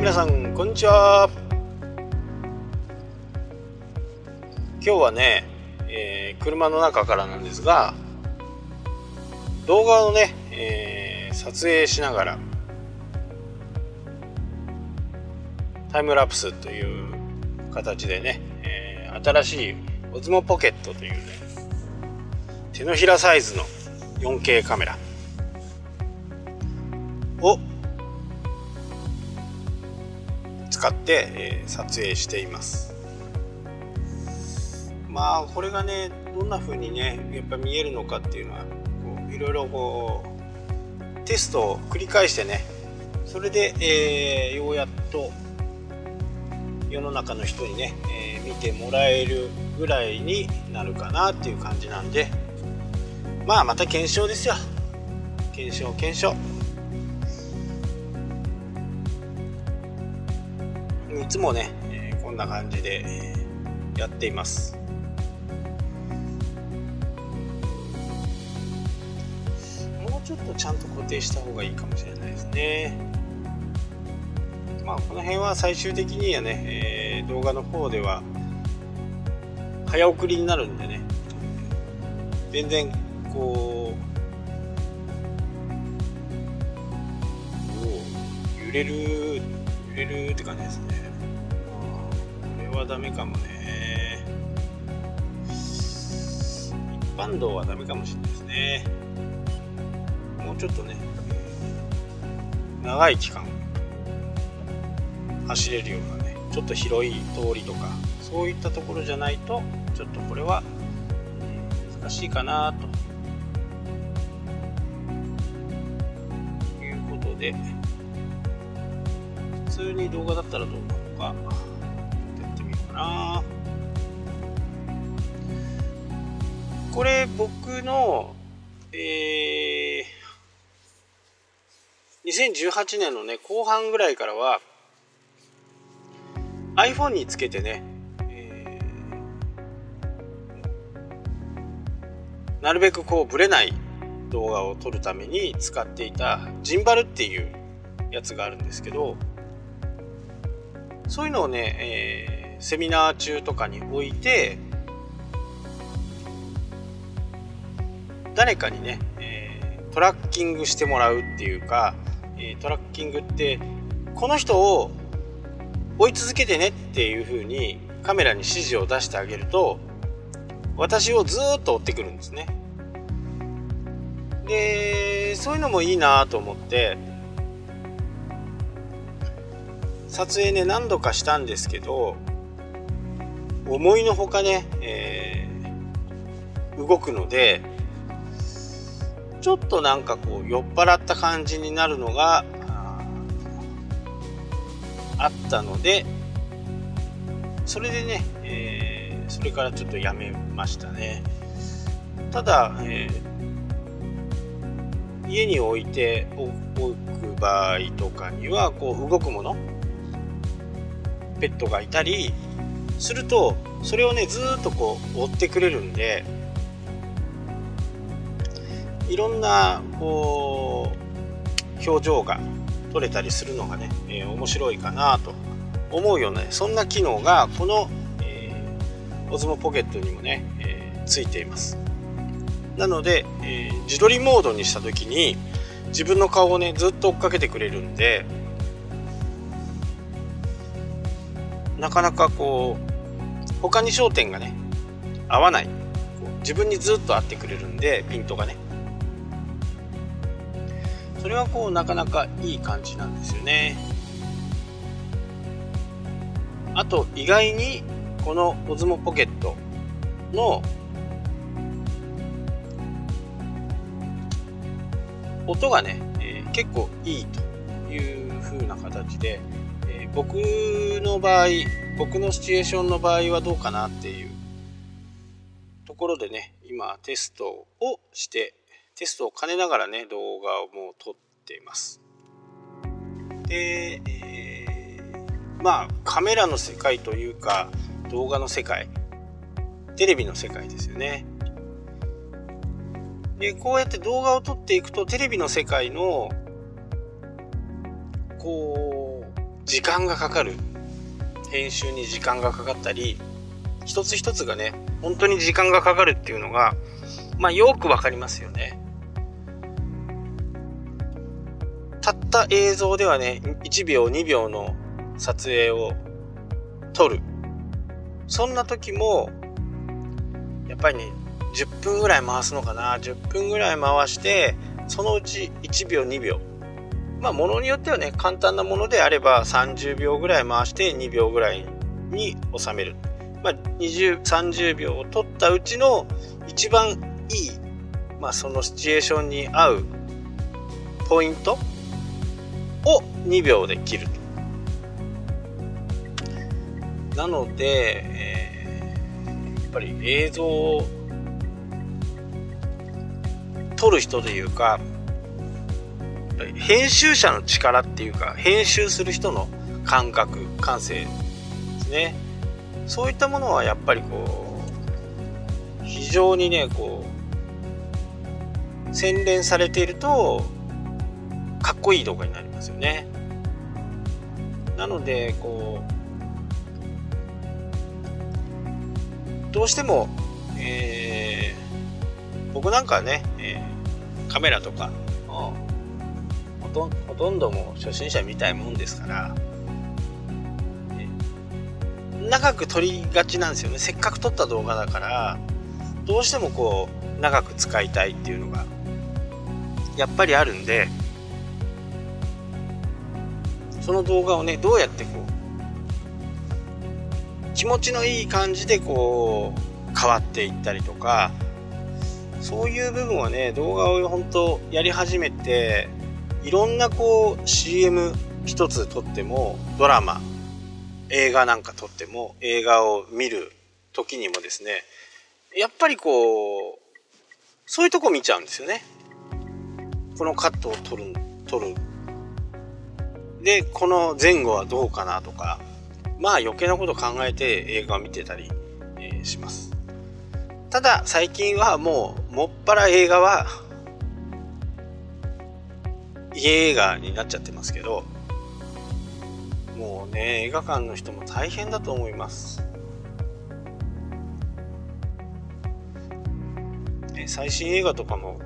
皆さんこんにちは。今日はね、車の中からなんですが、動画をね、撮影しながらタイムラプスという形でね、新しいオズモポケットというね、手のひらサイズの 4K カメラを使って、撮影しています。まあこれがね、どんな風にねやっぱ見えるのかっていうのは、いろいろテストを繰り返してね、それで、ようやっと世の中の人にね、見てもらえるぐらいになるかなっていう感じなんで、まあまた検証ですよ。検証いつもね、こんな感じで、やっています。もうちょっとちゃんと固定した方がいいかもしれないですね。まあこの辺は最終的にはね、動画の方では早送りになるんでね、全然揺れるって感じですね。これはダメかもね。一般道はダメかもしれないですね。もうちょっとね、長い期間走れるようなね、ちょっと広い通りとかそういったところじゃないと、ちょっとこれは難しいかなということで、普通に動画だったらどうなのかやってみようかな。これ僕の、2018年のね後半ぐらいからは iPhone につけてね、なるべくブレない動画を撮るために使っていたジンバルっていうやつがあるんですけど、そういうのをね、セミナー中とかに置いて、誰かにね、トラッキングしてもらうっていうか、トラッキングってこの人を追い続けてねっていう風にカメラに指示を出してあげると、私をずっと追ってくるんですね。でそういうのもいいなと思って撮影ね何度かしたんですけど、思いのほかね、動くので、ちょっとなんか酔っ払った感じになるのがあったので、それでね、それからちょっとやめましたね。ただ、家に置いておく場合とかには動くもの、ペットがいたりすると、それをねずっと追ってくれるんで、いろんな表情が撮れたりするのがね、面白いかなと思うような、そんな機能がこの、オズモポケットにもね、ついています。なので、自撮りモードにした時に自分の顔をねずっと追っかけてくれるんで、なかなか他に焦点がね合わない、自分にずっと合ってくれるんで、ピントがね、それはなかなかいい感じなんですよね。あと意外にこのオズモポケットの音がね、結構いいという風な形で、僕のシチュエーションの場合はどうかなっていうところでね、今テストを兼ねながらね動画をもう撮っています。で、まあカメラの世界というか動画の世界、テレビの世界ですよね。でこうやって動画を撮っていくと、テレビの世界の時間がかかる、編集に時間がかかったり、一つ一つがね本当に時間がかかるっていうのがよくわかりますよね。たった映像ではね1秒2秒の撮影を撮る、そんな時もやっぱりね10分ぐらい回すのかな、10分ぐらい回してそのうち1秒2秒、ものによってはね簡単なものであれば30秒ぐらい回して2秒ぐらいに収める、30秒を撮ったうちの一番いい、そのシチュエーションに合うポイントを2秒で切ると。なので、やっぱり映像を撮る人というか編集者の力っていうか、編集する人の感覚感性ですね、そういったものはやっぱり非常にね洗練されているとかっこいい動画になりますよね。なのでどうしても、僕なんかはね、カメラとかほとんども初心者みたいもんですから、長く撮りがちなんですよね。せっかく撮った動画だからどうしても長く使いたいっていうのがやっぱりあるんで、その動画をねどうやって気持ちのいい感じで変わっていったりとか、そういう部分はね動画を本当やり始めて、いろんなCM 一つ撮っても、ドラマ映画なんか撮っても、映画を見る時にもですねやっぱりそういうとこ見ちゃうんですよね。このカットを撮るでこの前後はどうかなとか、余計なこと考えて映画を見てたり、します。ただ最近はもっぱら映画は家映画になっちゃってますけど、もうね映画館の人も大変だと思います。最新映画とかも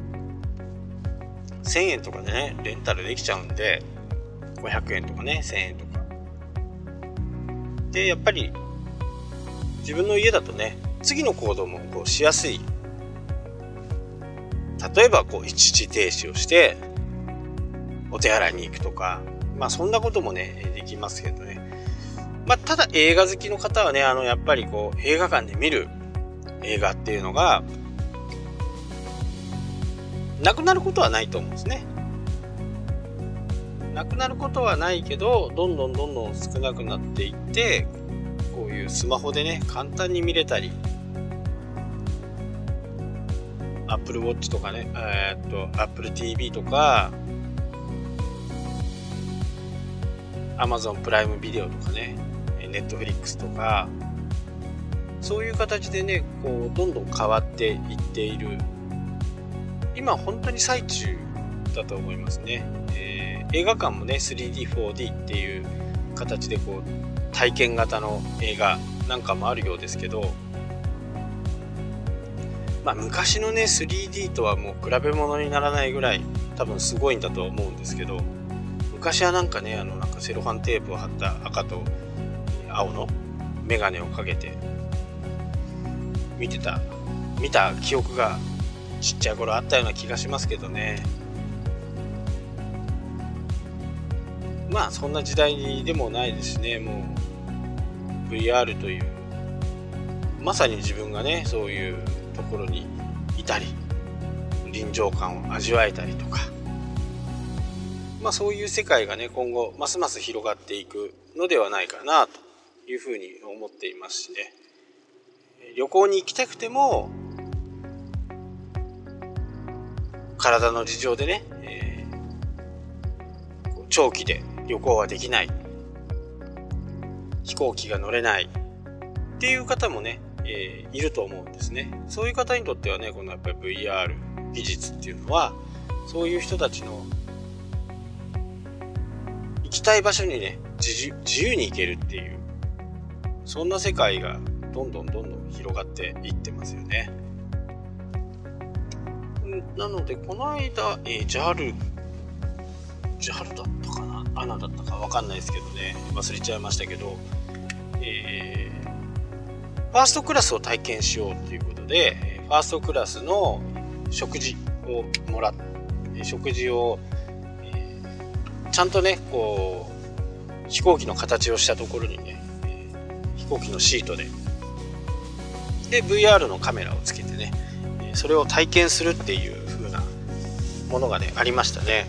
1000円とかでねレンタルできちゃうんで、500円とかね1000円とかで、やっぱり自分の家だとね次の行動もしやすい。例えば一時停止をしてお手洗いに行くとか、そんなこともねできますけどね。ただ映画好きの方はねやっぱり映画館で見る映画っていうのがなくなることはないと思うんですね。なくなることはないけど、どんどん少なくなっていって、こういうスマホでね簡単に見れたり、Apple Watch とかね、Apple TV とか Amazon プライムビデオとかね、Netflix とか、そういう形でねどんどん変わっていっている今本当に最中だと思いますね。映画館もね 3D、4D っていう形で体験型の映画なんかもあるようですけど、昔のね 3D とはもう比べ物にならないぐらい多分すごいんだと思うんですけど、昔はなんかねなんかセロハンテープを貼った赤と青のメガネをかけて見た記憶がちっちゃい頃あったような気がしますけどね。そんな時代でもないですね。もう VR というまさに自分がねそういうところにいたり臨場感を味わえたりとか、そういう世界がね今後ますます広がっていくのではないかなというふうに思っていますしね。旅行に行きたくても体の事情でね、長期で旅行はできない、飛行機が乗れないっていう方もね、いると思うんですね。そういう方にとってはねこのやっぱり VR 技術っていうのはそういう人たちの行きたい場所にね自由に行けるっていう、そんな世界がどんどん広がっていってますよね。なのでこの間、JAL だったかな、ANA だったか分かんないですけどね、忘れちゃいましたけど、ファーストクラスを体験しようということで、ファーストクラスの食事をもらって、食事を、ちゃんとねこう飛行機の形をしたところにね、飛行機のシートで VR のカメラをつけてね、それを体験するっていう風なものがねありましたね。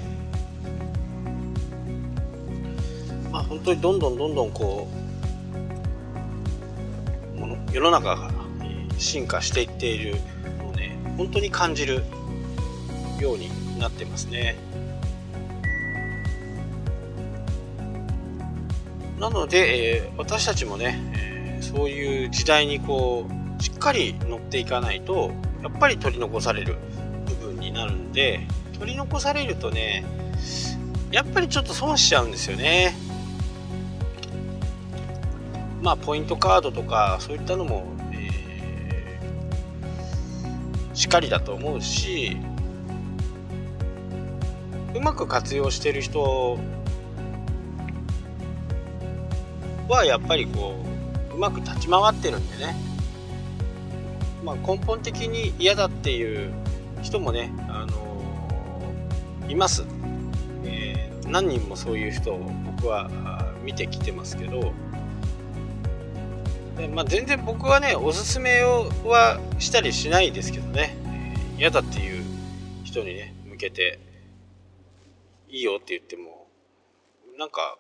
本当にどんどんこう世の中が進化していっているのをね本当に感じるようになってますね。なので、私たちもね、そういう時代にこうしっかり乗っていかないとやっぱり取り残される部分になるんで、取り残されるとねやっぱりちょっと損しちゃうんですよね。ポイントカードとかそういったのも、しっかりだと思うし、うまく活用してる人はやっぱりこううまく立ち回ってるんでね、根本的に嫌だっていう人もね、います、何人もそういう人を僕は見てきてますけど、全然僕はねおすすめはしたりしないですけどね、嫌だっていう人にね向けていいよって言ってもなんか、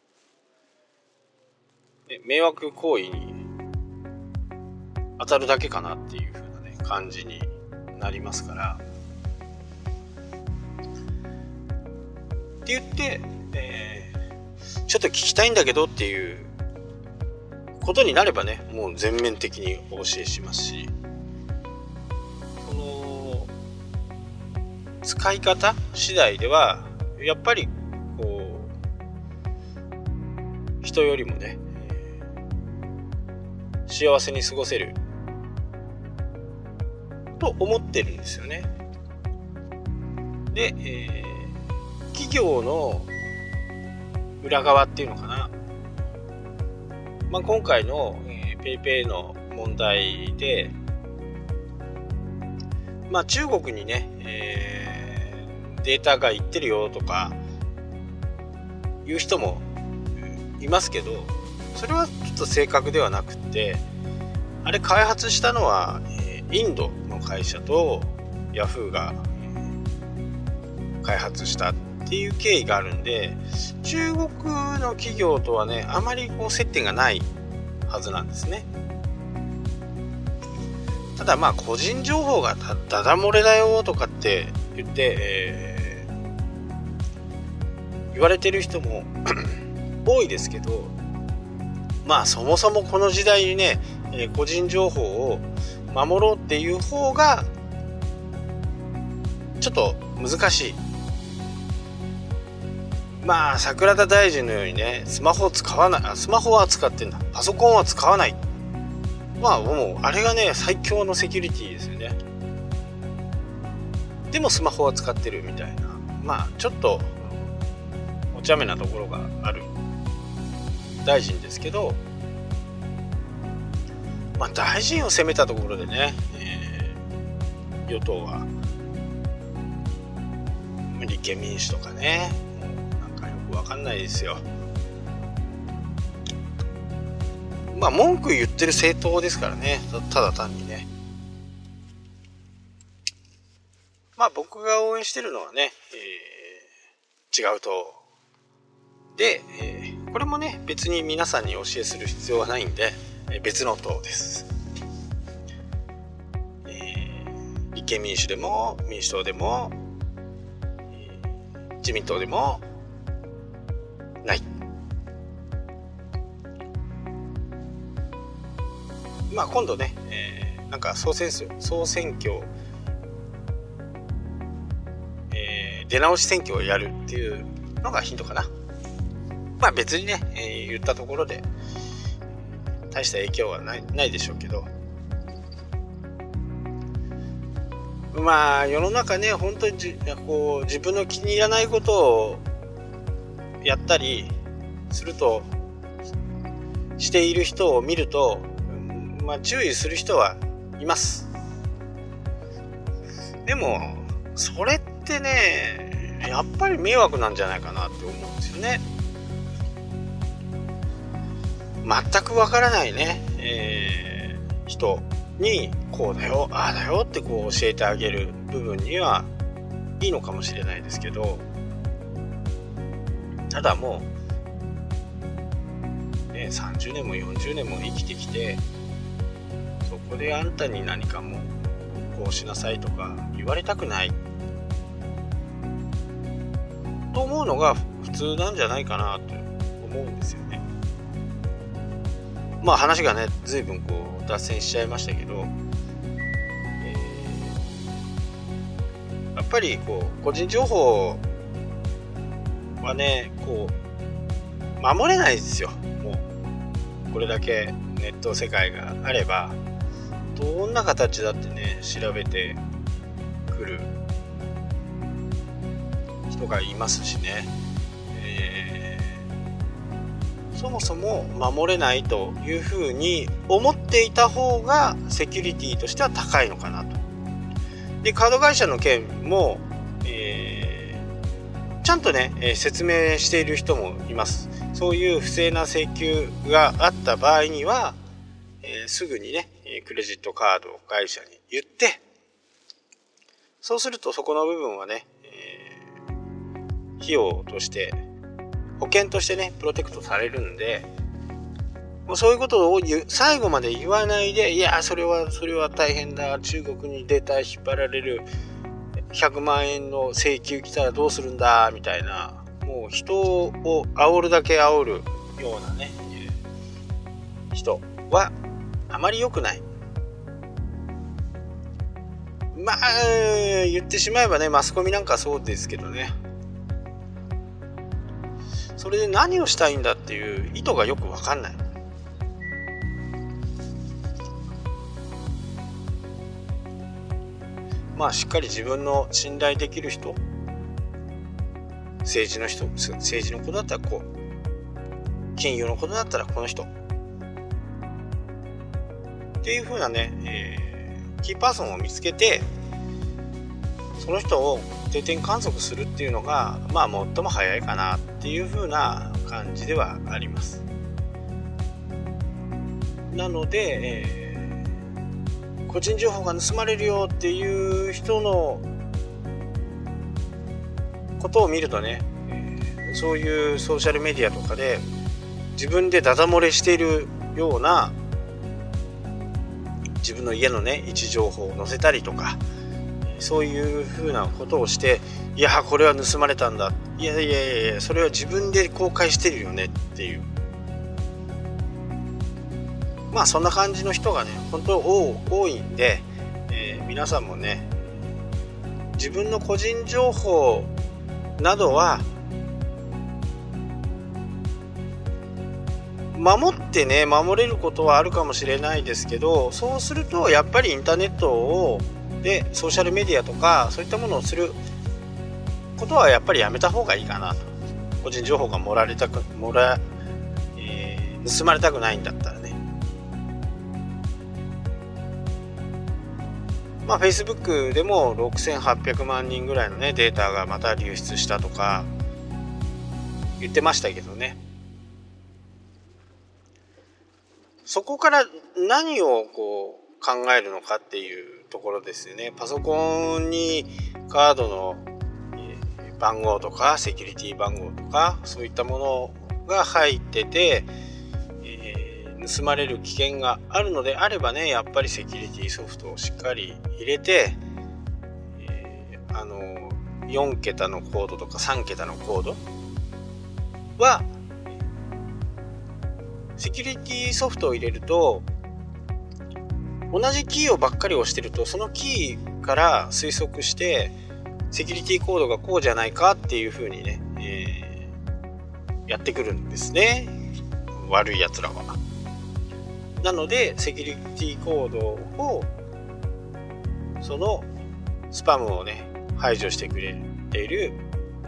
迷惑行為に当たるだけかなっていう風なね感じになりますから、って言って、ちょっと聞きたいんだけどっていうことになればねもう全面的にお教えしますし、その使い方次第ではやっぱりこう人よりもね幸せに過ごせると思ってるんですよね。で、企業の裏側っていうのかな、今回の、PayPay の問題で、中国にね、データがいってるよとかいう人もいますけど、それはちょっと正確ではなくって、あれ開発したのは、インドの会社とヤフーが開発したっていう経緯があるんで、中国の企業とはねあまりこう接点がないはずなんですね。ただ個人情報がダダ漏れだよとかって言って、言われてる人も多いですけど、そもそもこの時代にね、個人情報を守ろうっていう方がちょっと難しい。桜田大臣のようにねスマホは使ってんだ、パソコンは使わない、もうあれがね最強のセキュリティですよね。でもスマホは使ってるみたいな、ちょっとお茶目なところがある大臣ですけど、大臣を責めたところでね、与党は立憲民主とかね、なんかよくわかんないですよ。文句言ってる政党ですからね、ただ単にね。僕が応援してるのはね、違う党で、これもね別に皆さんに教えする必要はないんで、別の党です。立憲民主でも民主党でも、自民党でもない。今度ね、なんか総選挙、出直し選挙をやるっていうのがヒントかな。 まあ別にね、言ったところで大した影響はないでしょうけど、まあ世の中ね、本当にこう自分の気に入らないことをやったりすると、している人を見ると、まあ注意する人はいます。でもそれってね、やっぱり迷惑なんじゃないかなって思うんですよね。全くわからないね、人にこうだよああだよってこう教えてあげる部分にはいいのかもしれないですけど、ただもう、ね、30年も40年も生きてきて、そこであんたに何かもこうしなさいとか言われたくないと思うのが普通なんじゃないかなと思うんですよね。まあ話がね随分こう脱線しちゃいましたけど、やっぱりこう個人情報はねこう守れないですよ。もうこれだけネット世界があればどんな形だってね調べてくる人がいますしね、そもそも守れないというふうに思っていた方がセキュリティとしては高いのかなと。でカード会社の件も、ちゃんとね、説明している人もいます。そういう不正な請求があった場合には、すぐにねクレジットカード会社に言って、そうするとそこの部分はね、費用として保険としてねプロテクトされるんで、もうそういうことを最後まで言わないで、いやそれは大変だ、中国にデータ引っ張られる、100万円の請求来たらどうするんだみたいな、もう人を煽るだけ煽るようなね人はあまり良くない。まあ言ってしまえばねマスコミなんかそうですけどね、それで何をしたいんだっていう意図がよく分かんない。まあしっかり自分の信頼できる人、政治のことだったらこう、金融のことだったらこの人っていう風なね、キーパーソンを見つけてその人を定点観測するっていうのがまあ最も早いかなっていう風な感じではあります。なので、個人情報が盗まれるよっていう人のことを見るとね、そういうソーシャルメディアとかで自分でダダ漏れしているような自分の家のね位置情報を載せたりとか、そういうふうなことをして、いやこれは盗まれたんだ、いやそれは自分で公開してるよねっていう、まあそんな感じの人がね本当多いんで、皆さんもね自分の個人情報などは守れることはあるかもしれないですけど、そうするとやっぱりインターネットでソーシャルメディアとかそういったものをすることはやっぱりやめた方がいいかなと。個人情報が盗まれたくないんだったらね。まあ Facebook でも6800万人ぐらいのねデータがまた流出したとか言ってましたけどね、そこから何をこう考えるのかっていうところですよね。パソコンにカードの番号とかセキュリティ番号とかそういったものが入ってて、盗まれる危険があるのであればね、やっぱりセキュリティソフトをしっかり入れて、4桁のコードとか3桁のコードはセキュリティソフトを入れると、同じキーをばっかり押してるとそのキーから推測してセキュリティコードがこうじゃないかっていう風にね、 やってくるんですね、悪いやつらは。なのでセキュリティコードをそのスパムをね排除してくれている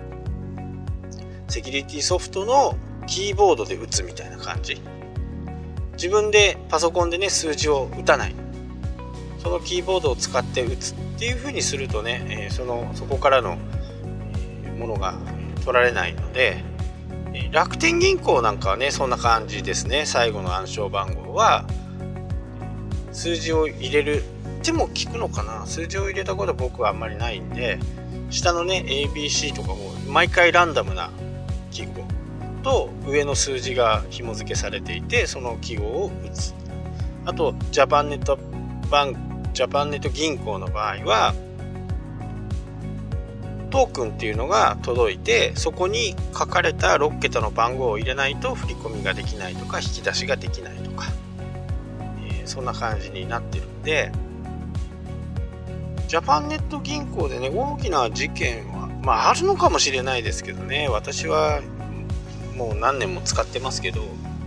セキュリティソフトのキーボードで打つみたいな感じ。自分でパソコンでね数字を打たない、そのキーボードを使って打つっていう風にするとね、そこからのものが取られないので、楽天銀行なんかはねそんな感じですね。最後の暗証番号は数字を入れる手も効くのかな。数字を入れたことは僕はあんまりないんで、下のね ABC とかも毎回ランダムな記号と上の数字が紐付けされていて、その記号を打つ。あとジャパンネット銀行の場合はトークンっていうのが届いて、そこに書かれた6桁の番号を入れないと振り込みができないとか引き出しができないとか、そんな感じになってるんで、ジャパンネット銀行でね大きな事件はあるのかもしれないですけどね、私はもう何年も使ってますけど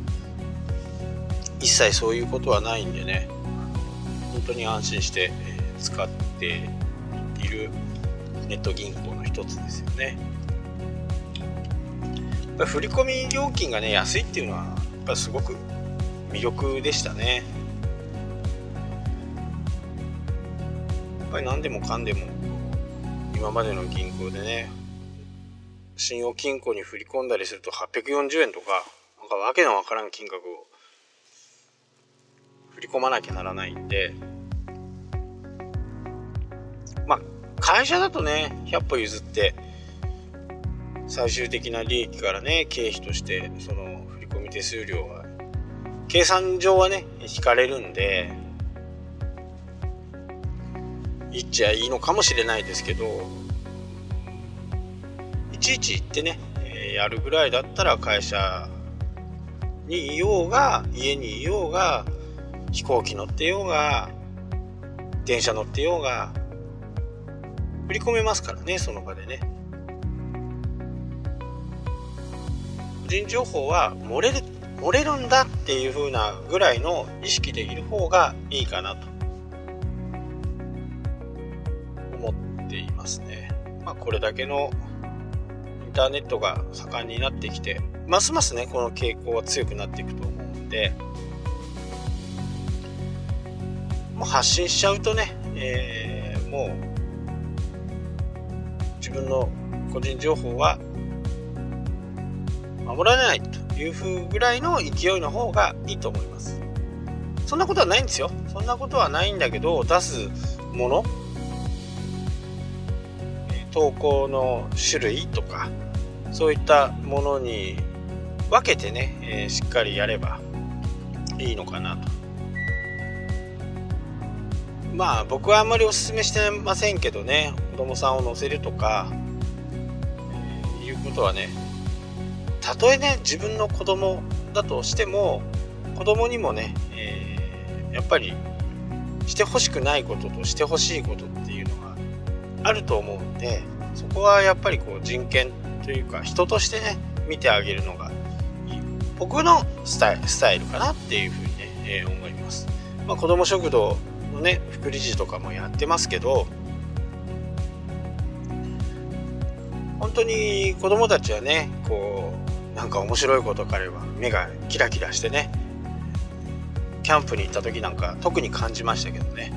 一切そういうことはないんでね、本当に安心して使っているネット銀行の一つですよね。やっぱり振込料金がね安いっていうのはやっぱすごく魅力でしたね。やっぱり何でもかんでも今までの銀行でね、信用金庫に振り込んだりすると840円とかなんかわけのわからん金額を振り込まなきゃならないんで、会社だとね100歩譲って最終的な利益からね経費としてその振込手数料は計算上はね引かれるんで言っちゃいいのかもしれないですけど、いちいち言ってね、やるぐらいだったら会社にいようが家にいようが飛行機乗ってようが電車乗ってようが振り込めますからね、その場でね。個人情報は漏れるんだっていう風なぐらいの意識でいる方がいいかなと思っていますね。これだけのインターネットが盛んになってきて、ますますねこの傾向は強くなっていくと思うんで、もう発信しちゃうとね、もう自分の個人情報は守られないという風ぐらいの勢いの方がいいと思います。そんなことはないんですよ。そんなことはないんだけど、出すもの、投稿の種類とかそういったものに分けてね、しっかりやればいいのかなと。僕はあんまりお勧めしてませんけどね、子供さんを乗せるとか、いうことはね、たとえね自分の子供だとしても子供にもね、やっぱりしてほしくないこととしてほしいことっていうのがあると思うんで、そこはやっぱりこう人権というか人としてね見てあげるのがいい、僕のスタイルかなっていうふうにね、思います。子ども食堂のね副理事とかもやってますけど、本当に子どもたちはねこうなんか面白いことからは目がキラキラしてね、キャンプに行った時なんか特に感じましたけどね、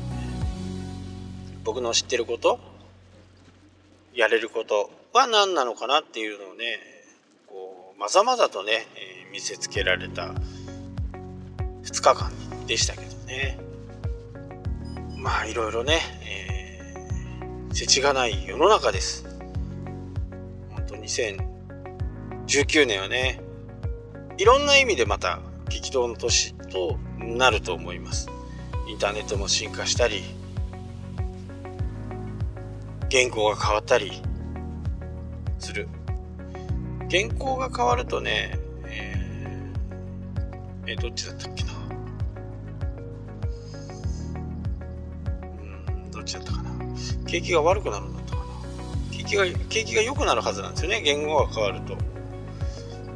僕の知ってることやれることは何なのかなっていうのをねこうまざまざとね、見せつけられた2日間でしたけどね。いろいろね、世知がない世の中です。本当2019年はねいろんな意味でまた激動の年となると思います。インターネットも進化したり、原稿が変わったりする。原稿が変わるとね、どっちだったっけな、どっちだったかな、景気が悪くなるんだったかな、景気が良くなるはずなんですよね、言語が変わると。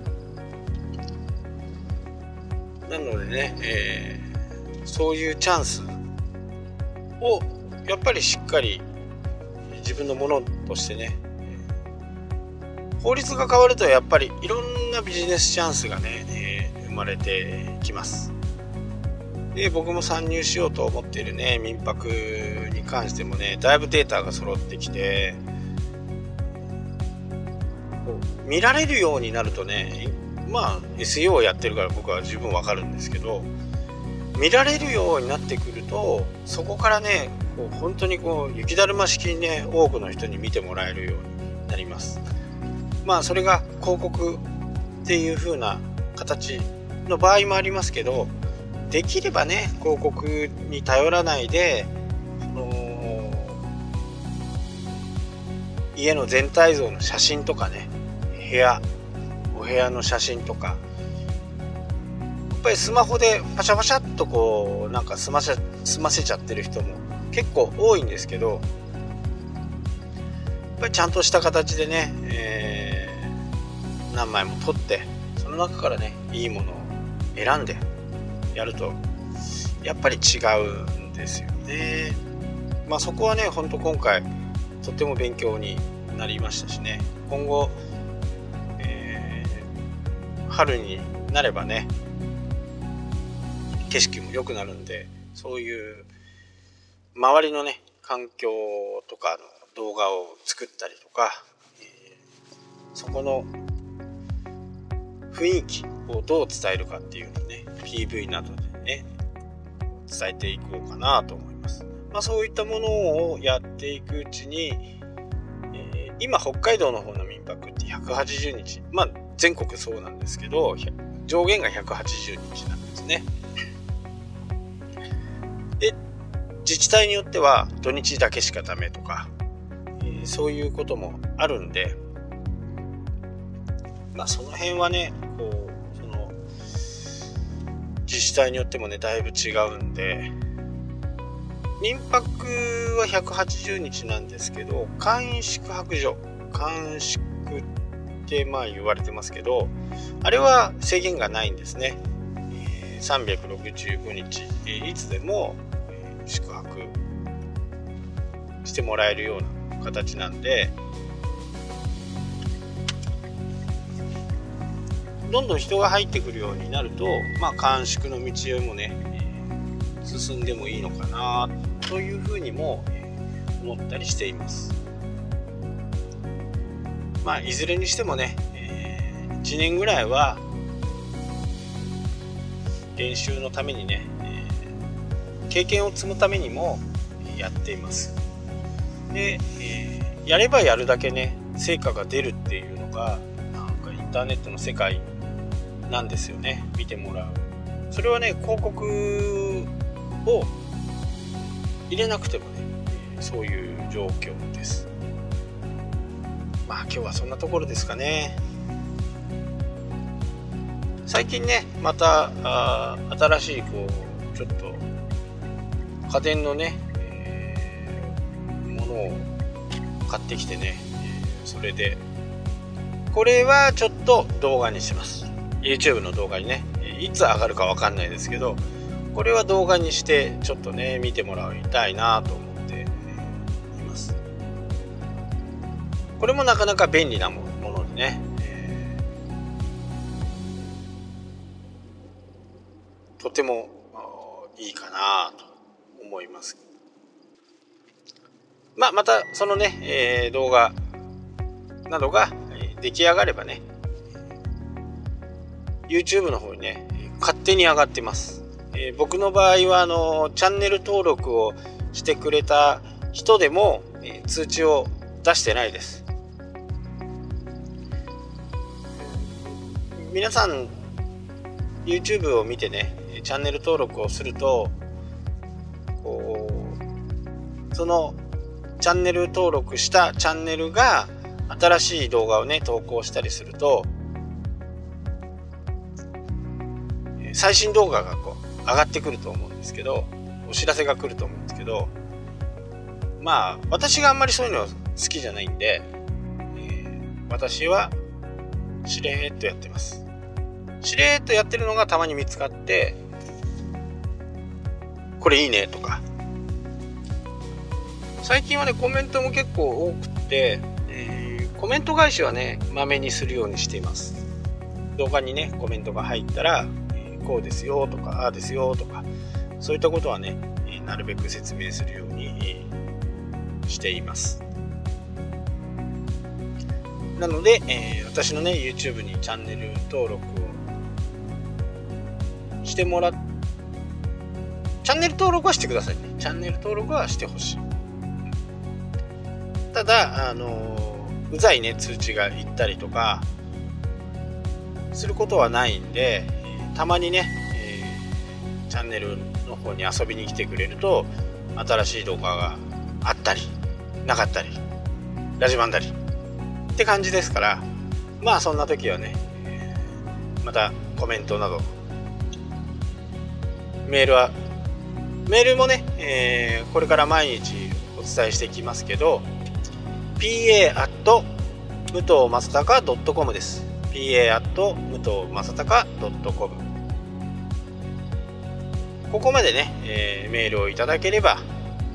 なのでね、そういうチャンスをやっぱりしっかり自分のものとしてね、法律が変わるとやっぱりいろんなビジネスチャンスがね、生まれてきます。で、僕も参入しようと思っているね、民泊に関してもね、だいぶデータが揃ってきて、見られるようになるとね、SEO をやってるから僕は十分わかるんですけど、見られるようになってくると、そこからね、本当に雪だるま式にね、多くの人に見てもらえるようになります。それが広告っていう風な形の場合もありますけど、できればね、広告に頼らないで、家の全体像の写真とかね、お部屋の写真とか、やっぱりスマホでパシャパシャっとなんか済ませちゃってる人も結構多いんですけど、やっぱりちゃんとした形でね、何枚も撮って、その中からね、いいものを選んでやるとやっぱり違うんですよね。そこはね、本当今回とっても勉強になりましたしね、今後、春になればね、景色も良くなるんで、そういう周りのね、環境とかの動画を作ったりとか、そこの雰囲気をどう伝えるかっていうのをね、 PV などでね伝えていこうかなと思います。そういったものをやっていくうちに、今北海道の方の民泊って180日、全国そうなんですけど、上限が180日なんですね。で、自治体によっては土日だけしかダメとか、そういうこともあるんで、その辺はね、その自治体によってもね、だいぶ違うんで、民泊は180日なんですけど、簡易宿泊所、簡宿って言われてますけど、あれは制限がないんですね。365日、いつでも宿泊してもらえるような形なんで、どんどん人が入ってくるようになると、簡宿の道もね、進んでもいいのかなというふうにも思ったりしています。いずれにしてもね、1年ぐらいは練習のためにね、経験を積むためにもやっています。で、やればやるだけね、成果が出るっていうのがインターネットの世界なんですよね。見てもらう、それはね、広告を入れなくてもね、そういう状況です。今日はそんなところですかね。最近ね、また新しいちょっと家電のね、ものを買ってきてね、それでこれはちょっと動画にします。 YouTube の動画にね、いつ上がるかわかんないですけど、これは動画にしてちょっとね、見てもらいたいなと思っています。これもなかなか便利なものでね、とてもいいかなと思います。またそのね、動画などが出来上がればね、YouTube の方にね、勝手に上がってます。僕の場合はチャンネル登録をしてくれた人でも、通知を出してないです。皆さん YouTube を見てね、チャンネル登録をすると、そのチャンネル登録したチャンネルが新しい動画をね、投稿したりすると、最新動画が上がってくると思うんですけど、お知らせが来ると思うんですけど、私があんまりそういうの好きじゃないんで、私はしれーっとやってます。 しれっとやってるのがたまに見つかって、これいいねとか、最近はねコメントも結構多くて、コメント返しはねまめにするようにしています。動画にねコメントが入ったら、こうですよとかああですよとか、そういったことはね、なるべく説明するように、しています。なので、私のね YouTube にチャンネル登録をしてもらっチャンネル登録はしてくださいね。チャンネル登録はしてほしい。ただうざいね通知が行ったりとかすることはないんで、たまにね、チャンネルの方に遊びに来てくれると、新しい動画があったりなかったりラジバンだりって感じですから、まあそんな時はね、またコメントなどメールもね、これから毎日お伝えしていきますけど、pa@ 武藤正孝 .com です。pa@ 武藤正孝 .com、 ここまでね、メールをいただければ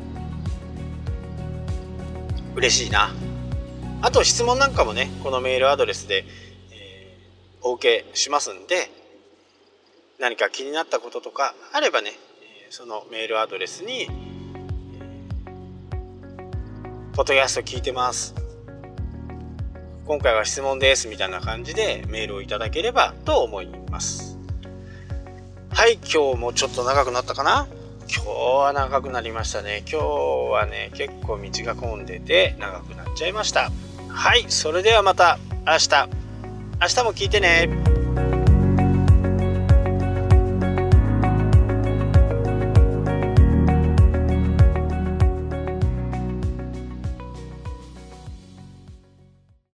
嬉しいな。あと質問なんかもねこのメールアドレスで、お受けしますんで、何か気になったこととかあればね、そのメールアドレスに、ポッドキャスト聞いてます、今回は質問ですみたいな感じでメールをいただければと思います。はい、今日もちょっと長くなったかな。今日は長くなりましたね。今日はね結構道が混んでて長くなっちゃいました。はい、それではまた明日も聞いてね。